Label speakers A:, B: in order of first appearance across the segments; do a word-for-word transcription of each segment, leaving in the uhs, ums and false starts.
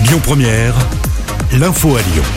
A: Lyon Première, l'info à Lyon.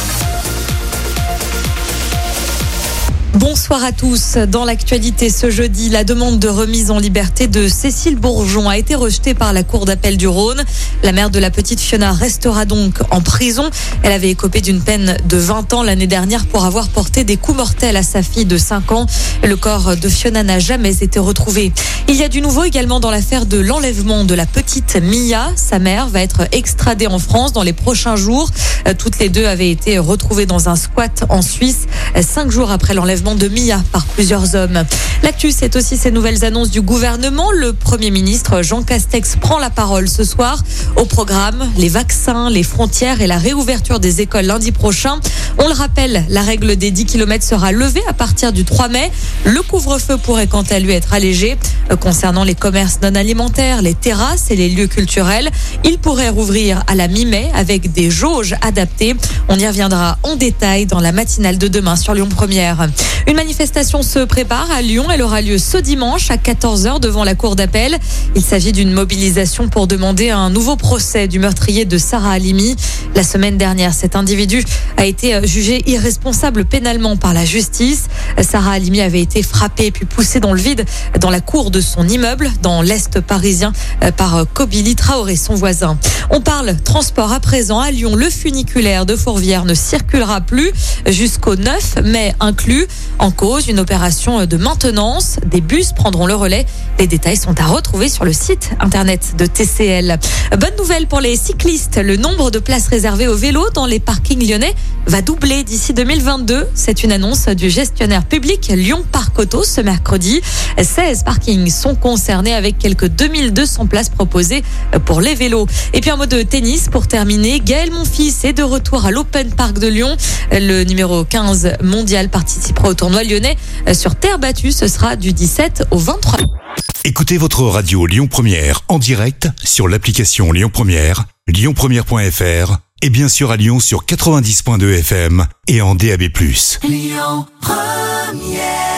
B: Bonsoir à tous. Dans l'actualité ce jeudi, la demande de remise en liberté de Cécile Bourgeon a été rejetée par la Cour d'appel du Rhône. La mère de la petite Fiona restera donc en prison. Elle avait écopé d'une peine de vingt ans l'année dernière pour avoir porté des coups mortels à sa fille de cinq ans. Le corps de Fiona n'a jamais été retrouvé. Il y a du nouveau également dans l'affaire de l'enlèvement de la petite Mia. Sa mère va être extradée en France dans les prochains jours. Toutes les deux avaient été retrouvées dans un squat en Suisse, cinq jours après l'enlèvement de Mia par plusieurs hommes. L'actu, c'est aussi ces nouvelles annonces du gouvernement. Le Premier ministre Jean Castex prend la parole ce soir. Au programme, les vaccins, les frontières et la réouverture des écoles lundi prochain. On le rappelle, la règle des dix kilomètres sera levée à partir du trois mai. Le couvre-feu pourrait quant à lui être allégé. Concernant les commerces non alimentaires, les terrasses et les lieux culturels, ils pourraient rouvrir à la mi-mai avec des jauges adaptées. On y reviendra en détail dans la matinale de demain sur Lyon Première. Une manifestation se prépare à Lyon. Elle aura lieu ce dimanche à quatorze heures devant la cour d'appel. Il s'agit d'une mobilisation pour demander un nouveau procès du meurtrier de Sarah Halimi. La semaine dernière, cet individu a été jugé irresponsable pénalement par la justice. Sarah Halimi avait été frappée puis poussée dans le vide dans la cour de son immeuble dans l'Est parisien par Kobili Traoré, son voisin. On parle transport à présent. À Lyon, le funiculaire de Fourvière ne circulera plus jusqu'au neuf mai inclus. En cause, une opération de maintenance. Des bus prendront le relais. Les détails sont à retrouver sur le site internet de T C L. Bonne nouvelle pour les cyclistes. Le nombre de places réservées aux vélos dans les parkings lyonnais va doubler d'ici deux mille vingt-deux. C'est une annonce du gestionnaire public Lyon Parc Auto ce mercredi. seize parkings sont concernés avec quelques deux mille deux cents places proposées pour les vélos. Et puis un mot de tennis pour terminer. Gaël Monfils est de retour à l'Open Park de Lyon. Le numéro quinze mondial participera au tournoi lyonnais sur terre battue. Ce sera du dix-sept au vingt-trois.
A: Écoutez votre radio Lyon Première en direct sur l'application Lyon Première, lyon première point f r et bien sûr à Lyon sur quatre-vingt-dix point deux F M et en D A B plus.
C: Lyon Première.